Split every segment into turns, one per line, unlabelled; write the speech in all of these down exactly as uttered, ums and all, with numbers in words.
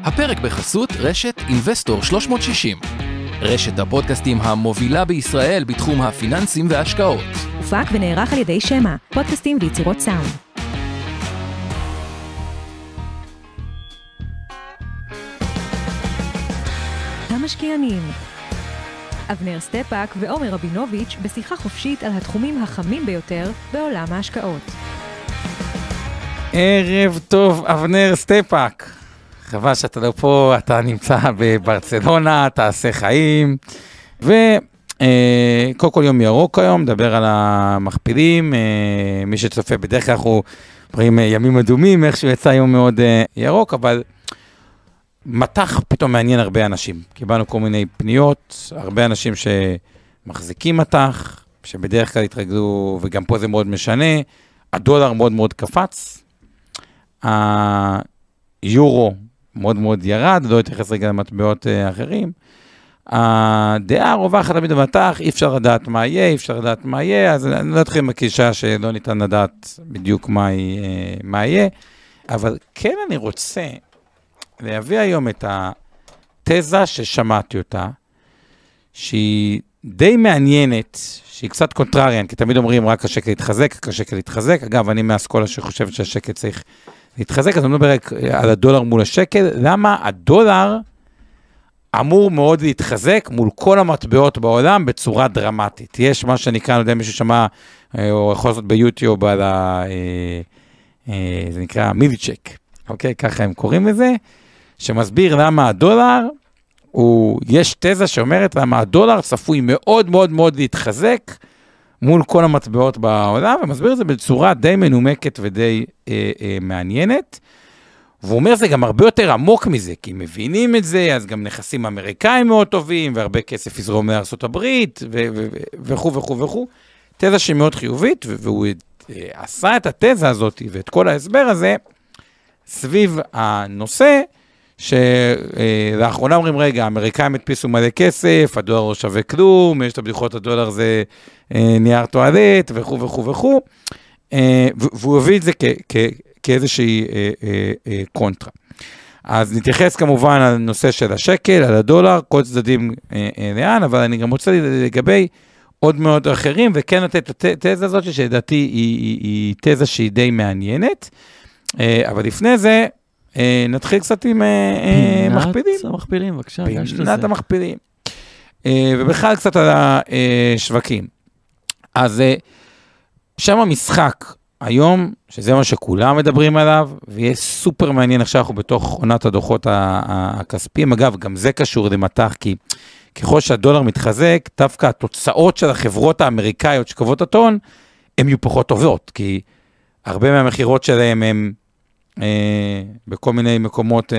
הפרק בחסות רשת אינבסטור שלוש מאות שישים. רשת הפודקאסטים המובילה בישראל בתחום הפיננסים וההשקעות.
הופק ונערך על ידי שמה, פודקאסטים ויצירות סאונד. המשקיענים. אבנר סטפאק ועומר רבינוביץ' בשיחה חופשית על התחומים החמים ביותר בעולם ההשקעות.
ערב טוב, אבנר סטפאק. חבל שאתה לא פה, אתה נמצא בברצלונה, תעשה חיים. וקודם כל יום ירוק היום, מדבר על המכפילים. מי שצופה בדרך כלל אנחנו רואים ימים אדומים, איכשהו יצא יום מאוד ירוק, אבל מתח פתאום מעניין הרבה אנשים. קיבלנו כל מיני פניות, הרבה אנשים שמחזיקים מתח, שבדרך כלל התרגלו, וגם פה זה מאוד משנה, הדולר מאוד מאוד קפץ, היורו מאוד מאוד ירד, לא יתייחס רגע למטבעות אחרים, הדעה הרווחת תמיד במתח, אי אפשר לדעת מה יהיה, אי אפשר לדעת מה יהיה, אז אני לא אתחיל עם הקישה שלא ניתן לדעת בדיוק מה, מה יהיה, אבל כן אני רוצה להביא היום את התזה ששמעתי אותה, שהיא די מעניינת, שהיא קצת קונטרריאן, כי תמיד אומרים רק השקל להתחזק, השקל להתחזק. אגב, אני מהאסכולה שחושבת שהשקל צריך להתחזק, אז אני מדבר על הדולר מול השקל. למה הדולר אמור מאוד להתחזק מול כל המטבעות בעולם בצורה דרמטית? יש מה שנקרא, אני יודע, מישהו שמע, או יכול לעשות ביוטיוב על ה... זה נקרא מיליצ'ק, אוקיי? ככה הם קוראים לזה, שמסביר למה הדולר, הוא, יש תזה שאומרת למה הדולר צפוי מאוד מאוד מאוד להתחזק מול כל המטבעות בעולם, ומסביר את זה בצורה די מנומקת ודי אה, אה, מעניינת, והוא אומר זה גם הרבה יותר עמוק מזה, כי מבינים את זה, אז גם נכסים אמריקאים מאוד טובים, והרבה כסף יזרום לארצות הברית, וכו' וכו' וכו', תזה שהיא מאוד חיובית, והוא אה, עשה את התזה הזאת ואת כל ההסבר הזה, סביב הנושא, שלאחרונה אומרים, רגע, האמריקאים הדפיסו מלא כסף, הדולר לא שווה כלום, יש את הבדיחות, הדולר זה נייר טואלט, וכו' וכו' וכו', והוא הביא את זה כאיזושהי קונטרה. אז נתייחס כמובן על נושא של השקל, על הדולר, כל צדדים לאן, אבל אני גם רוצה לגבי עוד מאוד אחרים, וכן לתת את התזה הזאת, שלדעתי היא תזה שהיא די מעניינת, אבל לפני זה, נתחיל קצת עם מכפילים.
פינת המכפילים, בבקשה, גש לזה.
פינת המכפילים. ובכלל קצת על השווקים. אז שם המשחק היום, שזה מה שכולם מדברים עליו, ויהיה סופר מעניין עכשיו, אנחנו בתוך עונת הדוחות הכספיים. אגב, גם זה קשור למתח, כי ככל שהדולר מתחזק, דווקא התוצאות של החברות האמריקאיות שקוות הטון, הן יהיו פחות טובות, כי הרבה מהמחירות שלהם הם בכל מיני מקומות,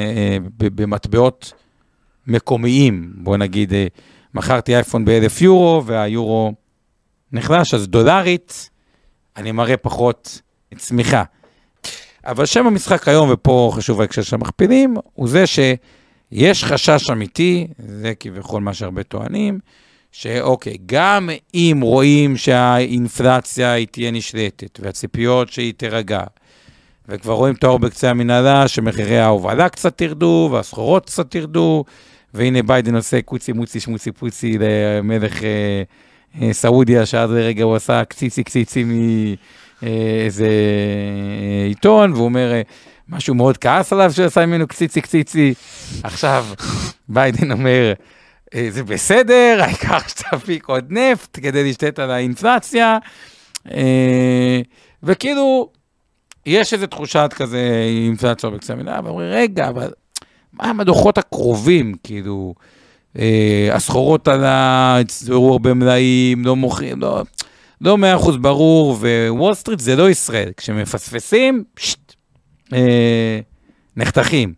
במטבעות מקומיים, בוא נגיד, מכרתי אייפון באלף יורו, והיורו נחלש, אז דולרית, אני מראה פחות צמיחה. אבל שם המשחק היום, ופה חשוב ההקשר של המכפילים, הוא זה שיש חשש אמיתי, זה כביכול מה שהרבה טוענים, שאוקיי, גם אם רואים שהאינפלציה היא תהיה נשלטת, והציפיות שהיא תרגע, וכבר רואים תואר בקצה המנהלה, שמחירי ההובלה קצת תרדו, והסחורות קצת תרדו, והנה ביידן עושה קוצי מוצי שמוצי פוצי למלך אה, אה, סעודיה, שעד לרגע הוא עשה קציצי קציצי מאיזה אה, עיתון, והוא אומר, אה, משהו מאוד כעס עליו שעשה ממנו קציצי קציצי. עכשיו ביידן אומר, אה, זה בסדר, העיקר שתפיק עוד נפט, כדי להשתת על האינפלציה, אה, וכאילו, יש איזו תחושת כזה, אינפלציה בקצה המנהלה, ואומרים, רגע, אבל מה הם הדוחות הקרובים, כאילו, אה, הסחורות על הצטברו הרבה מלאים, לא מוכרים, לא, לא מאה אחוז ברור, ווול סטריט זה לא ישראל, כשמפספסים, פשט, אה, נחתכים.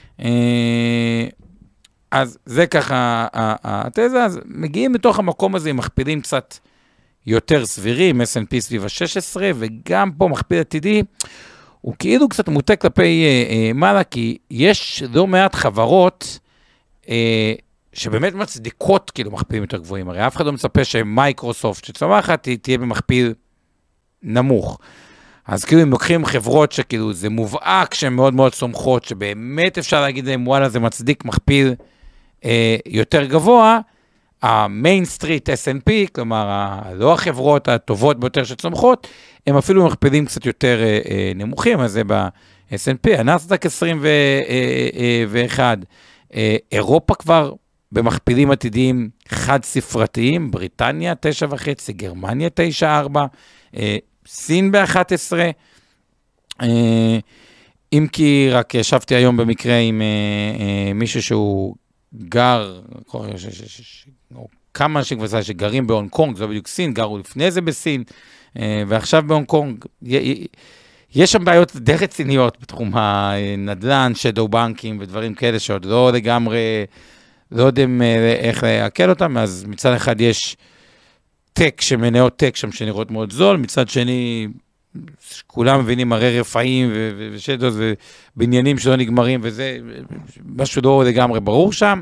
אה, אז זה ככה התזה, אז מגיעים בתוך המקום הזה, מכפילים קצת יותר סבירים, אס אנד פי סביב ה-שש עשרה, וגם פה מכפיל עתידי, הוא כאילו קצת מוטה כלפי אה, אה, מעלה, כי יש לא מעט חברות אה, שבאמת מצדיקות כאילו מכפילים יותר גבוהים, הרי אף אחד לא מצפה שמייקרוסופט שצומחת תהיה במכפיל נמוך, אז כאילו הם לוקחים חברות שכאילו זה מובהק שהן מאוד מאוד סומכות, שבאמת אפשר להגיד להם, וואלה, זה מצדיק מכפיל אה, יותר גבוה, המיין סטריט אס אנד פי, כלומר, לא החברות הטובות ביותר שצומחות, הם אפילו מכפילים קצת יותר אה, אה, נמוכים, אז זה ב-אס אנד פי, הנאסד"ק עשרים ואחת, אה, אירופה כבר במכפילים עתידיים חד ספרתיים, בריטניה תשע וחצי, גרמניה תשע ארבע, אה, סין ב-אחת עשרה, אה, אם כי רק ישבתי היום במקרה עם אה, אה, מישהו שהוא גר, ש, ש, ש, ש, או כמה אנשים כבר שגרים בהונג קונג, זה בדיוק סין, גרו לפני זה בסין, אה, ועכשיו בהונג קונג, י, יש שם בעיות די רציניות בתחום הנדל"ן, שדו בנקים ודברים כאלה שעוד לא לגמרי, לא יודעים איך להקל אותם, אז מצד אחד יש טק, שמניות טק שם שנראות מאוד זול, מצד שני, כולם מבינים הרי רפאים ושדות ובניינים שלא נגמרים, וזה משהו לא לגמרי ברור שם.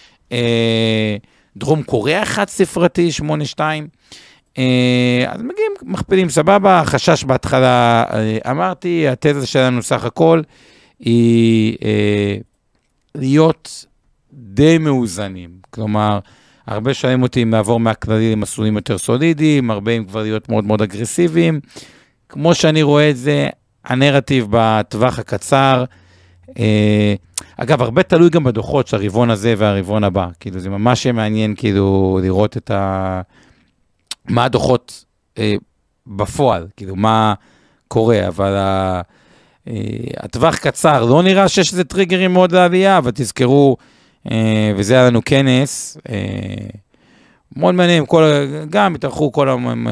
דרום קוריאה חד ספרתי, שמונה שתיים, אז מגיעים מכפילים סבבה, חשש בהתחלה, אמרתי, התזה שלנו סך הכל, היא להיות די מאוזנים, כלומר, הרבה שואלים אותי אם לעבור מהכללי למסלולים יותר סולידיים, הרבה אם כבר להיות מאוד מאוד אגרסיביים, כמו שאני רואה את זה, הנרטיב בטווח הקצר, אגב, הרבה תלוי גם בדוחות של הרבעון הזה והרבעון הבא, כאילו זה ממש מעניין כאילו לראות את ה... מה הדוחות אה, בפועל, כאילו מה קורה, אבל ה, אה, הטווח קצר, לא נראה שיש איזה טריגרים מאוד לעלייה, אבל תזכרו, אה, וזה היה לנו כנס, אה, מאוד מעניין, כל, גם התארחו כל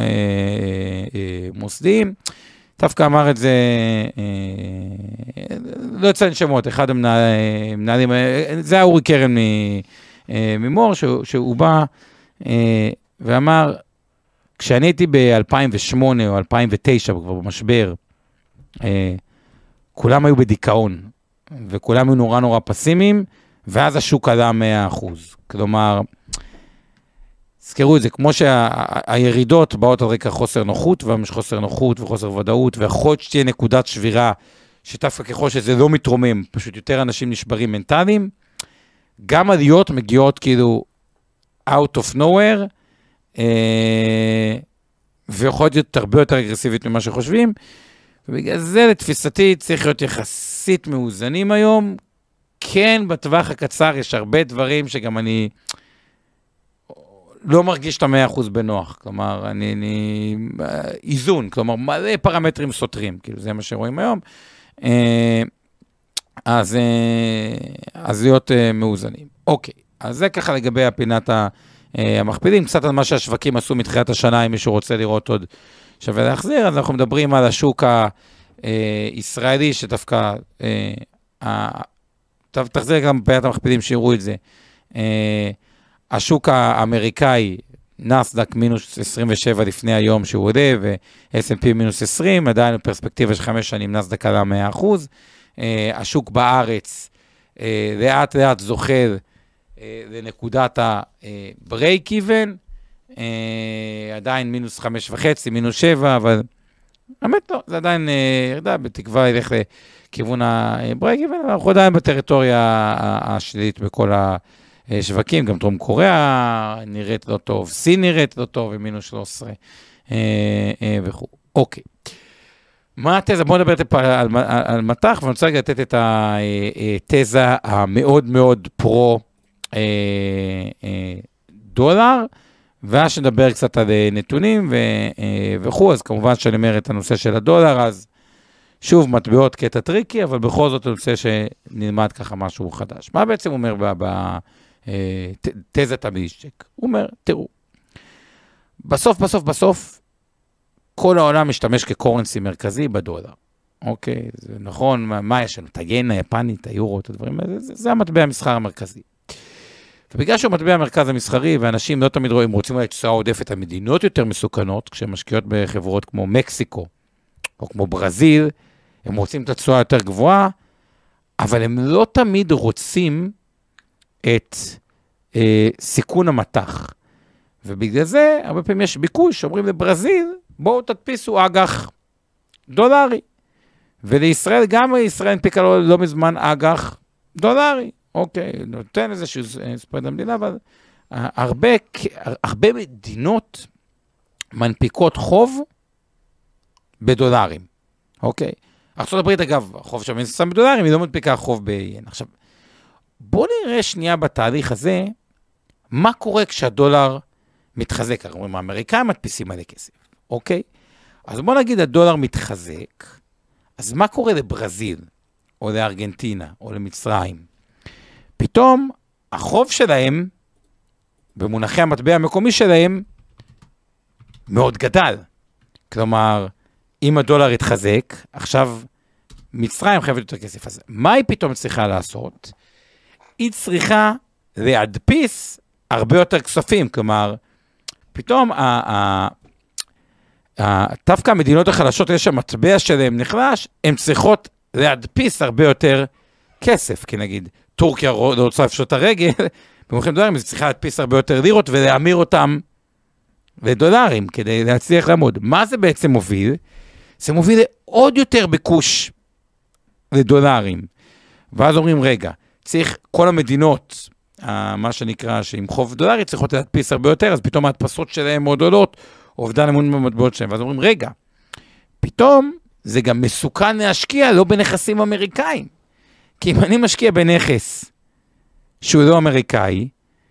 המוסדים, דווקא אמר את זה, אה, לא יצא נשמות, אחד המנהלים, זה היה אורי קרן ממור, שהוא, שהוא בא אה, ואמר, כשאני הייתי ב-אלפיים ושמונה או אלפיים ותשע, כבר במשבר, אה, כולם היו בדיכאון, וכולם היו נורא נורא פסימיים, ואז השוק עלה מאה אחוז. כלומר, זכרו את זה, כמו שהירידות שה- באות על רקע חוסר נוחות, ויש חוסר נוחות וחוסר ודאות, ויכול להיות שתהיה נקודת שבירה, שדווקא ככל שזה לא מתרומם, פשוט יותר אנשים נשברים מנטליים, גם עליות מגיעות כאילו out of nowhere, ויכול להיות הרבה יותר אגרסיבית ממה שחושבים, ובגלל זה לתפיסתי צריך להיות יחסית מאוזנים היום, כן בטווח הקצר יש הרבה דברים שגם אני לא מרגיש את המאה אחוז בנוח, כלומר אני, אני איזון, כלומר מלא פרמטרים סותרים, כאילו זה מה שרואים היום, אז, אז להיות מאוזנים. אוקיי, אז זה ככה לגבי הפינת ה... המכפילים, קצת על מה שהשווקים עשו מתחילת השנה, אם מישהו רוצה לראות עוד שווה להחזיר, אז אנחנו מדברים על השוק הישראלי, שדווקא, תחזיר גם בפינת המכפילים שיראו את זה, השוק האמריקאי, נאסד"ק מינוס עשרים ושבע לפני היום שהוא עודה, ו-אס אנד פי מינוס עשרים, עדיין בפרספקטיבה של חמש שנים, נאסד"ק עלה מאה אחוז, השוק בארץ, לאט לאט זוכר, לנקודת הברייק איבן, עדיין מינוס חמש וחצי, מינוס שבע, אבל באמת לא, זה עדיין ירדה, בתקווה ילך לכיוון הברייק איבן, אבל אנחנו עדיין בטריטוריה השלילית בכל השווקים, גם דרום קוריאה נראית לא טוב, סין נראית לא טוב, ומינוס שלוש עשרה וכו'. אוקיי. מה התזה? בואו נדבר על, על מתח, ואני רוצה לתת את התזה המאוד מאוד פרו, דולר, ואז שנדבר קצת על נתונים וכו', אז כמובן שאני אומר את הנושא של הדולר, אז שוב מטבעות קטע טריקי, אבל בכל זאת הנושא שנלמד ככה משהו חדש. מה בעצם הוא אומר בתזת הבישצ'ק? הוא אומר, תראו, בסוף בסוף בסוף, כל העולם משתמש כקורנסי מרכזי בדולר. אוקיי, זה נכון, מה, מה יש לנו? את היין היפנית, את היורו, את הדברים האלה, זה, זה המטבע המסחר המרכזי. ובגלל שהוא מטבע המרכז המסחרי, ואנשים לא תמיד רואים, רוצים אולי תשואה עודפת על מדינות יותר מסוכנות, כשהן משקיעות בחברות כמו מקסיקו, או כמו ברזיל, הם רוצים את התשואה יותר גבוהה, אבל הם לא תמיד רוצים את אה, סיכון המתח. ובגלל זה, הרבה פעמים יש ביקוש, שאומרים לברזיל, בואו תדפיסו אג"ח דולרי. ולישראל, גם לישראל הנפיקה לא, לא מזמן אג"ח דולרי. אוקיי, נותן איזשהו ספרד למדינה, אבל הרבה, הרבה מדינות מנפיקות חוב בדולרים. אוקיי? ארצות הברית, אגב, החוב שם שם בדולרים, היא לא מנפיקה חוב ב-ין. עכשיו, בואו נראה שנייה בתהליך הזה, מה קורה כשהדולר מתחזק. אומרים, האמריקאים מדפיסים מלא כסף. אוקיי? אז בואו נגיד, הדולר מתחזק, אז מה קורה לברזיל, או לארגנטינה, או למצרים? פתאום, החוב שלהם, במונחי המטבע המקומי שלהם, מאוד גדל. כלומר, אם הדולר יתחזק, עכשיו מצרים חייבת יותר כסף. אז מה היא פתאום צריכה לעשות? היא צריכה להדפיס הרבה יותר כספים. כלומר, פתאום, דווקא המדינות החלשות, יש המטבע שלהם נחלש, הן צריכות להדפיס הרבה יותר כסף. כי נגיד, טורקיה לא רוצה לפשוט את הרגל, במונחים דולרים, היא צריכה להדפיס הרבה יותר לירות, ולהמיר אותם לדולרים, כדי להצליח לעמוד. מה זה בעצם מוביל? זה מוביל לעוד יותר ביקוש לדולרים. ואז אומרים, רגע, צריך כל המדינות, מה שנקרא, שעם חוב דולרי, צריכות להדפיס הרבה יותר, אז פתאום ההדפסות שלהם מאוד עולות, אובדן אמון במטבעות שלהם. ואז אומרים, רגע, פתאום זה גם מסוכן להשקיע, לא בנכסים אמריקאים. כי אם אני משקיע בנכס שהוא לא אמריקאי,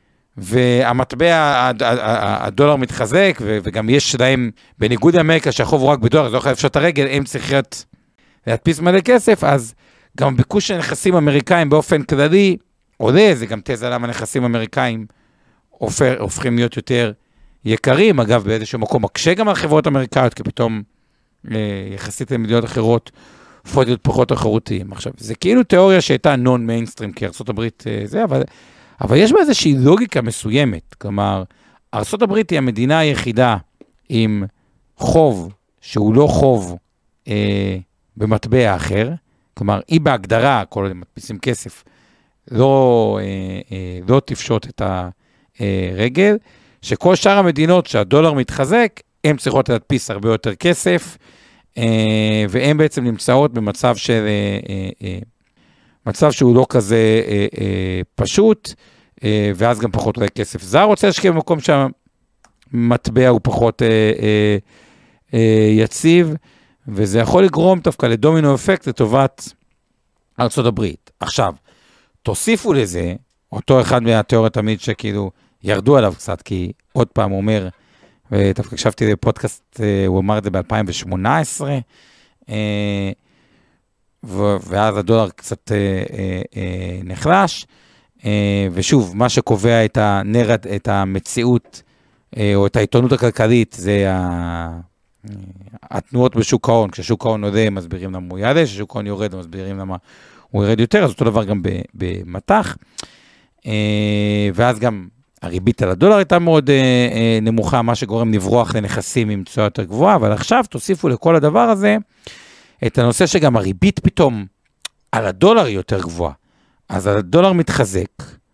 והמטבע, הדולר מתחזק, וגם יש להם, בניגוד לאמריקה, שהחוב הוא רק בדולר, אז לא יכול לפשוט את הרגל, הם צריכים להדפיס מלא כסף, אז גם ביקוש של נכסים אמריקאים באופן כללי עולה, זה גם תזה למה נכסים אמריקאים הופכים להיות יותר יקרים, אגב, באיזשהו מקום מקשה גם על חברות אמריקאיות, כי פתאום יחסית למדינות אחרות, הופכות להיות פחות תחרותיים. עכשיו, זה כאילו תיאוריה שהייתה נון מיינסטרים, כי ארצות הברית זה, אבל... אבל יש בה איזושהי לוגיקה מסוימת, כלומר, ארצות הברית היא המדינה היחידה עם חוב שהוא לא חוב אה, במטבע אחר, כלומר, היא בהגדרה, כל עוד מדפיסים כסף, לא, אה, אה, לא תפשוט את הרגל, שכל שאר המדינות שהדולר מתחזק, הן צריכות להדפיס הרבה יותר כסף, אה, והן בעצם נמצאות במצב של... אה, אה, מצב שהוא לא כזה אה, אה, פשוט, אה, ואז גם פחות אולי כסף זר רוצה להשקיע במקום שהמטבע הוא פחות אה, אה, אה, יציב, וזה יכול לגרום דווקא לדומינו אפקט לטובת ארצות הברית. עכשיו, תוסיפו לזה, אותו אחד מהתיאוריה תמיד שכאילו ירדו עליו קצת, כי עוד פעם הוא אומר, ודווקא הקשבתי לפודקאסט, אה, הוא אמר את זה ב-אלפיים שמונה עשרה, אה, ואז הדולר קצת אה, אה, אה, נחלש, אה, ושוב, מה שקובע את הנרד, את המציאות, אה, או את העיתונות הכלכלית, זה ה... התנועות בשוק ההון. כששוק ההון עולה, מסבירים למה הוא יעלה, כששוק ההון יורד, מסבירים למה הוא ירד יותר, אז אותו דבר גם במתח, אה, ואז גם הריבית על הדולר הייתה מאוד אה, אה, נמוכה, מה שגורם לברוח לנכסים עם תשואה יותר גבוהה, אבל עכשיו תוסיפו לכל הדבר הזה, את הנושא שגם הריבית פתאום על הדולר היא יותר גבוהה. אז הדולר מתחזק,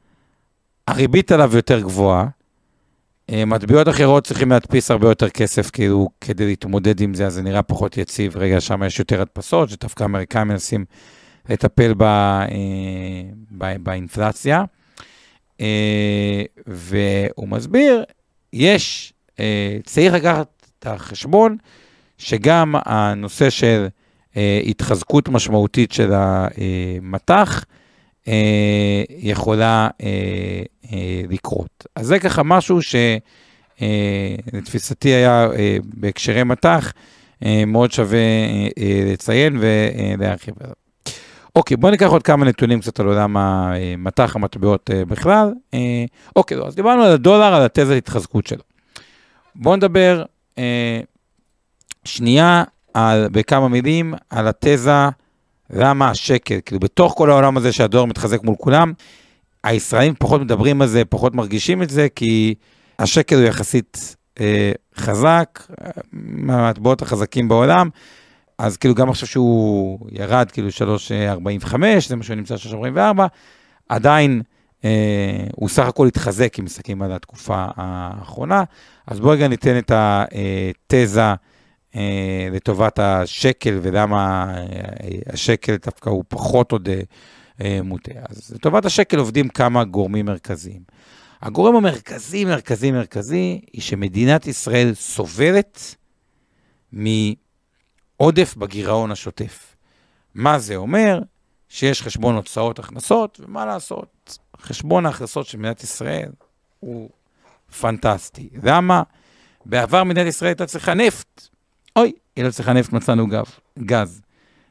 הריבית עליו יותר גבוהה, מטבעות אחרות צריכים להדפיס הרבה יותר כסף, כאילו כדי להתמודד עם זה, אז זה נראה פחות יציב. רגע, שם יש יותר הדפסות, שדווקא האמריקאים מנסים לטפל בה, בה, באינפלציה. והוא מסביר, יש, צריך לקחת את החשבון, שגם הנושא של התחזקות משמעותית של המתח, יכולה לקרות. אז זה ככה משהו שלתפיסתי היה בהקשרי מתח, מאוד שווה לציין ולהרחיב עליו. אוקיי, בואו ניקח עוד כמה נתונים קצת על עולם המתח המטבעות בכלל. אוקיי, אז דיברנו על הדולר, על התזה התחזקות שלו. בואו נדבר שנייה על, בכמה מילים על התזה, למה השקל, כאילו בתוך כל העולם הזה שהדולר מתחזק מול כולם, הישראלים פחות מדברים על זה, פחות מרגישים את זה, כי השקל הוא יחסית אה, חזק, מהמטבעות החזקים בעולם, אז כאילו גם עכשיו שהוא ירד כאילו שלוש ארבעים וחמש, זה מה שהוא נמצא שלוש ארבעים וארבע, עדיין אה, הוא סך הכל התחזק, אם מסתכלים על התקופה האחרונה, אז בואו רגע ניתן את התזה, אה, לטובת השקל, ולמה אה, השקל דווקא הוא פחות עוד אה, אה, מוטה. אז לטובת השקל עובדים כמה גורמים מרכזיים. הגורם המרכזי, מרכזי, מרכזי, היא שמדינת ישראל סובלת מעודף בגירעון השוטף. מה זה אומר? שיש חשבון הוצאות הכנסות, ומה לעשות? חשבון ההכנסות של מדינת ישראל הוא פנטסטי. למה? בעבר מדינת ישראל הייתה צריכה נפט. אוי, היא לא צריכה נפט, מצאנו גב, גז.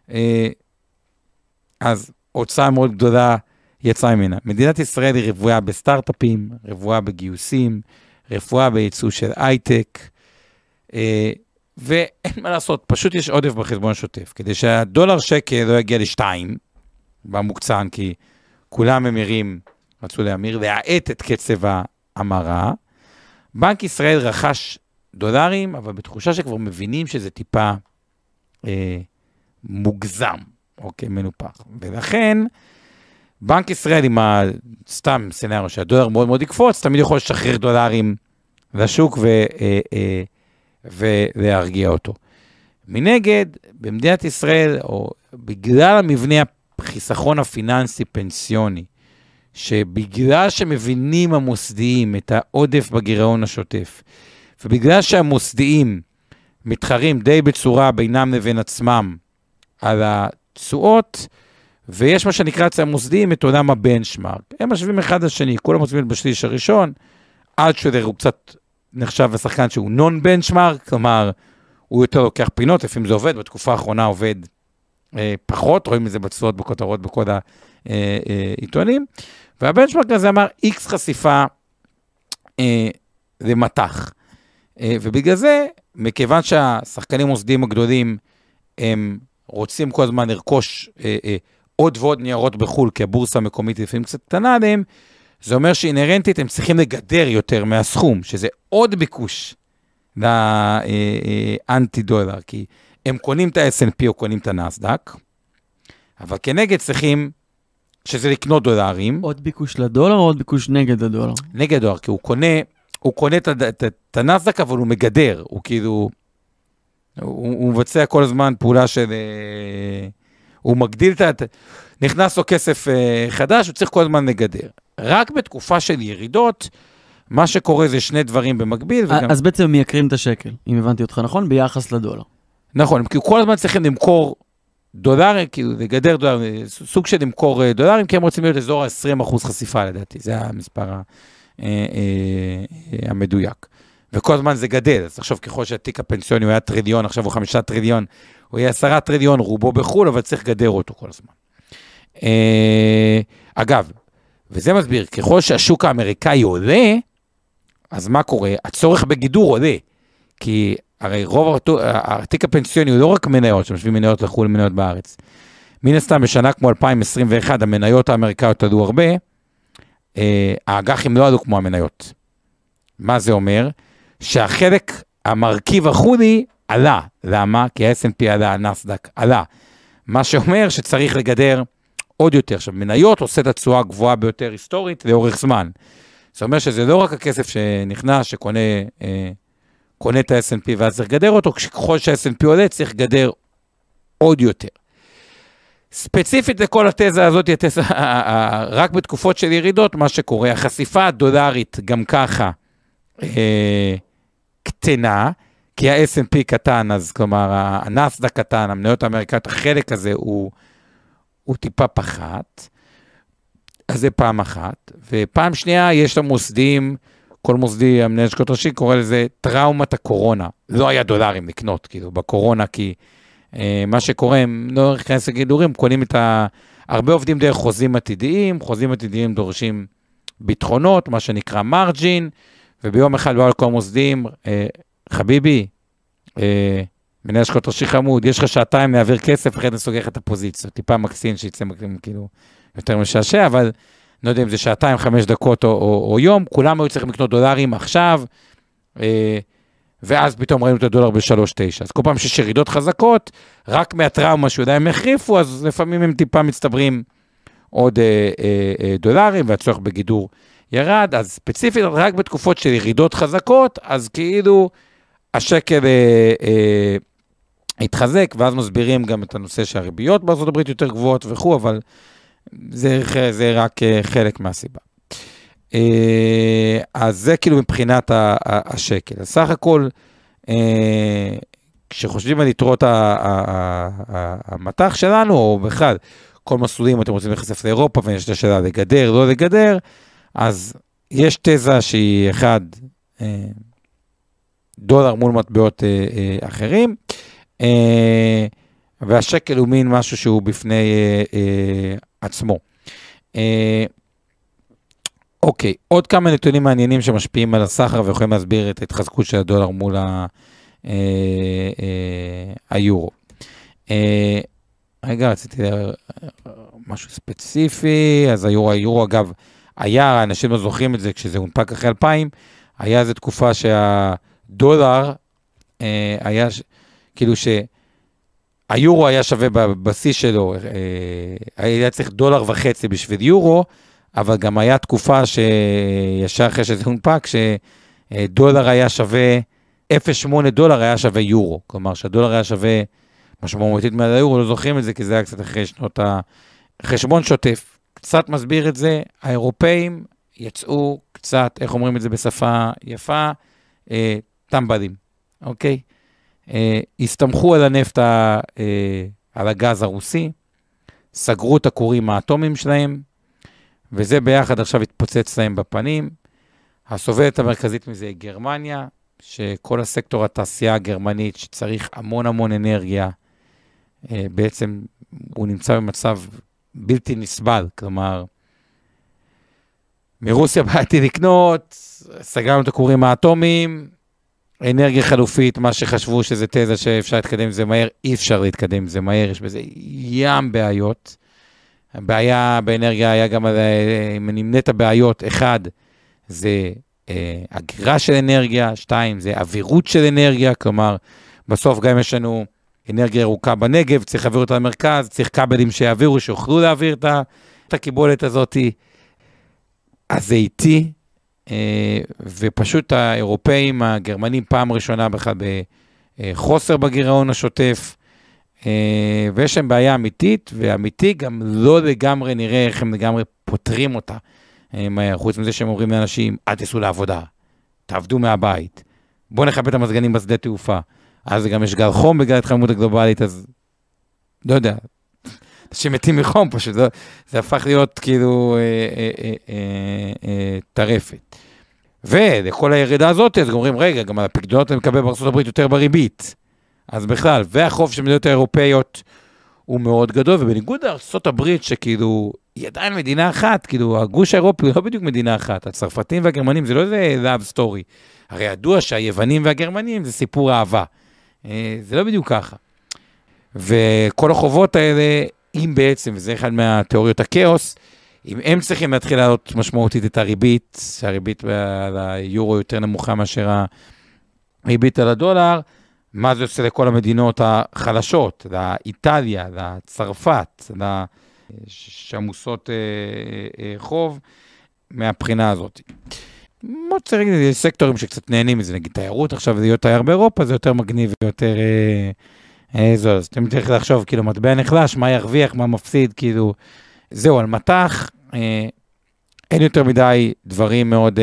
אז הוצאה מאוד גדולה יצאה ממנה. מדינת ישראל היא רבויה בסטארט-אפים, רבויה בגיוסים, רפואה בייצוא של הייטק, ואין מה לעשות, פשוט יש עודף בחשבון השוטף, כדי שהדולר שקל לא יגיע לשתיים, במוקצן, כי כולם ממירים, רצו להמיר, להעט את קצב ההמרה. בנק ישראל רכש דולרים, אבל בתחושה שכבר מבינים שזה טיפה אה, מוגזם, אוקיי, מנופח. ולכן, בנק ישראל עם הסתם סנאריו שהדולר מאוד מאוד יקפוץ, תמיד יכול לשחרר דולרים לשוק ו, אה, אה, ולהרגיע אותו. מנגד, במדינת ישראל, או בגלל המבנה החיסכון הפיננסי פנסיוני, שבגלל שמבינים המוסדיים את העודף בגירעון השוטף, ובגלל שהמוסדיים מתחרים די בצורה בינם לבין עצמם על התשואות, ויש מה שנקרא אצל המוסדיים את עולם הבנצ'מרק. הם משווים אחד לשני, כולם מצביעים בשליש הראשון, אלטשולר הוא קצת נחשב לשחקן שהוא נון בנצ'מרק, כלומר, הוא יותר לוקח פינות, לפעמים זה עובד, בתקופה האחרונה עובד אה, פחות, רואים את זה בצורות, בכותרות, בכל העיתונים, והבנצ'מרק הזה אמר, איקס חשיפה אה, למתח. אה, ובגלל זה, מכיוון שהשחקנים מוסדיים הגדולים, הם רוצים כל הזמן לרכוש אה, אה, עוד ועוד ניירות בחול, כי הבורסה המקומית לפעמים קצת קטנה עליהם, זה אומר שאינרנטית הם צריכים לגדר יותר מהסכום, שזה עוד ביקוש לאנטי דולר, כי הם קונים את ה-אס אנד פי או קונים את הנאסדק, אבל כנגד צריכים שזה לקנות דולרים. עוד
ביקוש לדולר או עוד ביקוש נגד הדולר?
נגד דולר, כי הוא קונה, הוא קונה את, את, את הנאסדק, אבל הוא מגדר, הוא כאילו, הוא, הוא מבצע כל הזמן פעולה של, הוא מגדיל את, נכנס לו כסף חדש, הוא צריך כל הזמן לגדר. רק בתקופה של ירידות, מה שקורה זה שני דברים במקביל. וגם...
אז בעצם מייקרים את השקל, אם הבנתי אותך נכון, ביחס לדולר.
נכון, כי כל הזמן צריכים למכור דולרים, כאילו לגדר דולרים, סוג של למכור דולרים, כי הם רוצים להיות אזור ה-עשרים אחוז חשיפה לדעתי, זה המספר המדויק. וכל הזמן זה גדל, אז עכשיו ככל שהתיק הפנסיוני הוא היה טריליון, עכשיו הוא חמישה טריליון, הוא יהיה עשרה טריליון, רובו בחול, אבל צריך גדר אותו כל הזמן. אגב, וזה מסביר, ככל שהשוק האמריקאי עולה, אז מה קורה? הצורך בגידור עולה, כי הרי רוב התיק הפנסיוני הוא לא רק מניות, שמשווים מניות לחול מניות בארץ. מן הסתם בשנה כמו אלפיים עשרים ואחת, המניות האמריקאיות עלו הרבה, האג"חים לא עלו כמו המניות. מה זה אומר? שהחלק, המרכיב החולי עלה. למה? כי ה-אס אנד פי עלה, הנאסדק עלה. מה שאומר שצריך לגדר עוד יותר. עכשיו, מניות עושה את התשואה הגבוהה ביותר היסטורית לאורך זמן. זאת אומרת שזה לא רק הכסף שנכנס, שקונה אה, קונה את ה-אס אנד פי ואז צריך לגדר אותו, ככל שה-אס אנד פי עולה צריך לגדר עוד יותר. ספציפית לכל התזה הזאת, התזה, רק בתקופות של ירידות, מה שקורה, החשיפה הדולרית גם ככה אה, קטנה, כי ה-אס אנד פי קטן, אז כלומר, הנאסד"ק קטן, המניות האמריקאיות, החלק הזה הוא, הוא טיפה פחת, אז זה פעם אחת, ופעם שנייה יש למוסדים, כל מוסדי, המנהל השקעות ראשי, קורא לזה טראומת הקורונה, לא היה דולרים לקנות, כאילו, בקורונה, כי אה, מה שקורה, הם לא נכנס לגידורים, קונים את ה... הרבה עובדים דרך חוזים עתידיים, חוזים עתידיים דורשים ביטחונות, מה שנקרא מרג'ין, וביום אחד לא על כל מוסדים, אה, חביבי, אה, מנהל השקעות ראשי חמוד, יש לך שעתיים להעביר כסף, אחרי נסוגח את הפוזיציה, טיפה מקסין שיצא כאילו יותר משעשע, אבל לא יודע אם זה שעתיים, חמש דקות או, או, או יום, כולם היו צריכים לקנות דולרים עכשיו, אה, ואז פתאום ראינו את הדולר ב-שלוש תשע. אז כל פעם שיש ירידות חזקות, רק מהטראומה שיודע הם החריפו, אז לפעמים הם טיפה מצטברים עוד אה, אה, אה, דולרים, והצורך בגידור ירד, אז ספציפית רק בתקופות של ירידות חזקות, אז כאילו השקל אה, אה, התחזק, ואז מסבירים גם את הנושא שהריביות בארצות הברית יותר גבוהות וכו', אבל זה, זה רק חלק מהסיבה. אז זה כאילו מבחינת השקל. אז סך הכל, כשחושבים על יתרות המתח שלנו, או בכלל, כל מסלולים, אתם רוצים להיחשף לאירופה, ויש את השאלה לגדר, לא לגדר, אז יש תזה שהיא אחד, דולר מול מטבעות אחרים, והשקל הוא מין משהו שהוא בפני עצמו. אוקיי, עוד כמה נתונים מעניינים שמשפיעים על הסחר, ויכולים להסביר את ההתחזקות של הדולר מול היורו. רגע, רציתי משהו ספציפי, אז היורו, היורו אגב, היה, אנשים לא זוכרים את זה, כשזה הונפק אחרי אלפיים, היה איזו תקופה שהדולר היה, כאילו שהיורו היה שווה בבסיס שלו, היה צריך דולר וחצי בשביל יורו, אבל גם היה תקופה שישר אחרי שזה הונפק, שדולר היה שווה, אפס נקודה שמונה דולר היה שווה יורו, כלומר שהדולר היה שווה משמעותית מעל היורו, לא זוכרים את זה, כי זה היה קצת אחרי שנות החשבון שוטף. קצת מסביר את זה, האירופאים יצאו קצת, איך אומרים את זה בשפה יפה, אה, טמבלים, אוקיי? אה, הסתמכו על הנפט, אה, על הגז הרוסי, סגרו את הכורים האטומיים שלהם, וזה ביחד עכשיו התפוצץ להם בפנים. הסובלת המרכזית מזה היא גרמניה, שכל הסקטור התעשייה הגרמנית שצריך המון המון אנרגיה, בעצם הוא נמצא במצב בלתי נסבל, כלומר, מרוסיה באתי לקנות, סגרנו את הכורים האטומיים, אנרגיה חלופית, מה שחשבו שזה תזה שאפשר להתקדם עם זה מהר, אי אפשר להתקדם עם זה מהר, יש בזה ים בעיות. הבעיה באנרגיה היה גם, אם נמנית הבעיות, אחד, זה אה, אגירה של אנרגיה, שתיים, זה אווירות של אנרגיה, כלומר, בסוף גם יש לנו אנרגיה ירוקה בנגב, צריך להעביר אותה למרכז, צריך כבלים שיעבירו, שיוכלו להעביר את הקיבולת הזאת, אז זה איטי, אה, ופשוט האירופאים, הגרמנים, פעם ראשונה בכלל בחוסר בגירעון השוטף, אה, ויש להם בעיה אמיתית, ואמיתי גם לא לגמרי נראה איך הם לגמרי פותרים אותה, חוץ מזה שהם אומרים לאנשים, אל תעשו לעבודה, תעבדו מהבית, בואו נכבה את המזגנים בשדה תעופה, אז גם יש גל חום בגלל התחממות הגלובלית, אז לא יודע, שמתים מחום פשוט, זה, זה הפך להיות כאילו אה, אה, אה, אה, אה, טרפת. ולכל הירידה הזאת, אז אומרים, רגע, גם על הפקדונות הם מקבל בארצות הברית יותר בריבית, אז בכלל, והחוב של מדינות האירופאיות הוא מאוד גדול, ובניגוד לארצות הברית שכאילו, היא עדיין מדינה אחת, כאילו הגוש האירופי הוא לא בדיוק מדינה אחת, הצרפתים והגרמנים זה לא איזה love story, הרי ידוע שהיוונים והגרמנים זה סיפור אהבה, זה לא בדיוק ככה. וכל החובות האלה, אם בעצם, וזה אחד מהתיאוריות הכאוס, אם הם צריכים להתחיל לעלות משמעותית את הריבית, שהריבית על היורו יותר נמוכה מאשר הריבית על הדולר, מה זה עושה לכל המדינות החלשות, לאיטליה, לצרפת, שעמוסות חוב, מהבחינה הזאת. מאוד צריך, יש סקטורים שקצת נהנים מזה, נגיד תיירות, עכשיו זה להיות תייר באירופה, זה יותר מגניב ויותר זו, אז אתם צריכים לחשוב, כאילו, מטבע נחלש, מה ירוויח, מה מפסיד, כאילו, זהו, על מתח, אין יותר מדי דברים מאוד,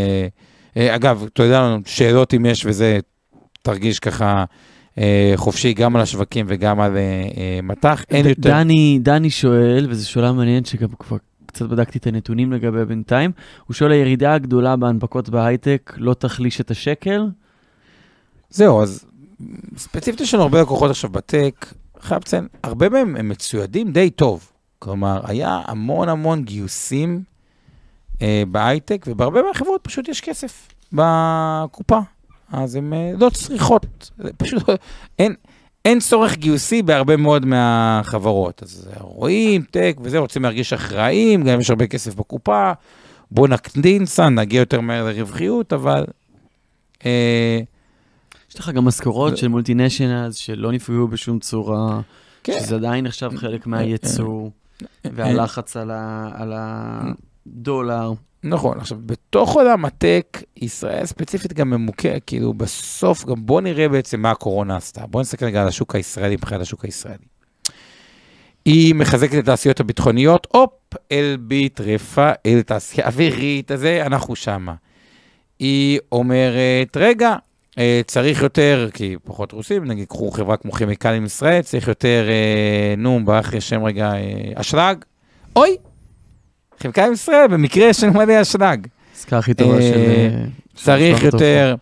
אגב, אתה יודע לנו, שאלות אם יש וזה, תרגיש ככה חופשי גם על השווקים וגם על מתח, אין יותר...
דני, דני שואל, וזו שאלה מעניינת שגם כבר קצת בדקתי את הנתונים לגבי בינתיים, הוא שואל, הירידה הגדולה בהנפקות בהייטק לא תחליש את השקל?
זהו, אז ספציפית יש לנו הרבה לקוחות עכשיו בטק, חייב לציין, הרבה מהם הם מצוידים די טוב, כלומר, היה המון המון גיוסים אה, בהייטק, ובהרבה מהחברות פשוט יש כסף בקופה, אז הן אה, לא צריכות, פשוט אין, אין צורך גיוסי בהרבה מאוד מהחברות, אז רואים טק וזה, רוצים להרגיש אחראים, גם יש הרבה כסף בקופה, בוא נקטין סן, נגיע יותר מהר לרווחיות, אבל... אה,
יש לך גם משכורות של מולטינשיונלס שלא נפגעו בשום צורה, שזה עדיין נחשב חלק מהייצוא, והלחץ על דולר.
נכון, עכשיו, בתוך עולם הטק, ישראל ספציפית גם ממוקד, כאילו בסוף, גם בוא נראה בעצם מה הקורונה עשתה. בוא נסתכל רגע על השוק הישראלי, מבחינת השוק הישראלי. היא מחזקת את התעשיות הביטחוניות, הופ, אלביט, רפה, אל תעשייה אווירית, אז אנחנו שמה. היא אומרת, רגע, צריך יותר, כי פחות רוסים, נגיד, קחו חברה כמו כימיקלים ישראל, צריך יותר, נו, באחרי שם רגע, אשלג. אוי! כימיקלים ישראל, במקרה של מלא אשלג.
עסקה הכי טובה של...
צריך יותר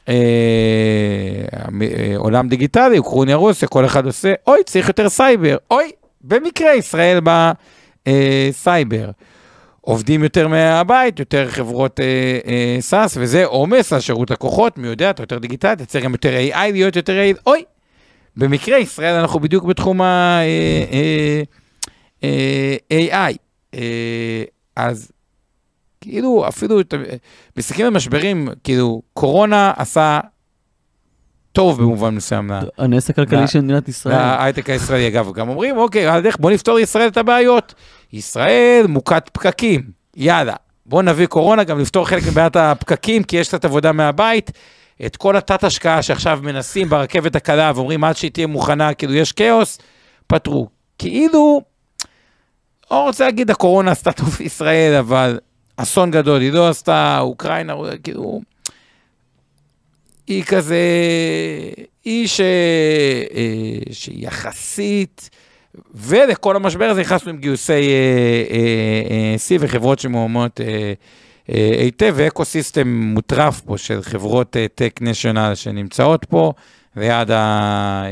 עולם דיגיטלי, אוקראינה, רוסיה, כל אחד עושה, אוי, צריך יותר סייבר. אוי! במקרה ישראל בסייבר. עובדים יותר מהבית, יותר חברות אה, אה, סאס, וזה עומס על שירות לקוחות, מי יודע, אתה יותר דיגיטלי, אתה צריך גם יותר איי איי, להיות יותר איי איי, אוי, במקרה ישראל אנחנו בדיוק בתחום ה-איי איי, אז כאילו אפילו, מסתכלים על משברים, כאילו קורונה עשה טוב במובן מסוים.
הנס הכלכלי של מדינת ישראל.
ההייטק הישראלי, אגב, גם אומרים, אוקיי, בוא נפתור ישראל את הבעיות. ישראל מוקת פקקים, יאללה, בוא נביא קורונה, גם לפתור חלק מבעיית הפקקים, כי יש קצת עבודה מהבית, את כל התת השקעה שעכשיו מנסים ברכבת הקלה, ואומרים עד שהיא תהיה מוכנה, כאילו יש כאוס, פתרו. כאילו, לא רוצה להגיד, הקורונה עשתה טוב ישראל, אבל אסון גדול, היא לא עשתה, אוקראינה, כאילו, היא כזה, היא ש... שיחסית, ולכל המשבר הזה נכנסנו עם גיוסי סי וחברות שמועמות היטב, ואקוסיסטם מוטרף פה של חברות טק נשיונל שנמצאות פה, ויד ה...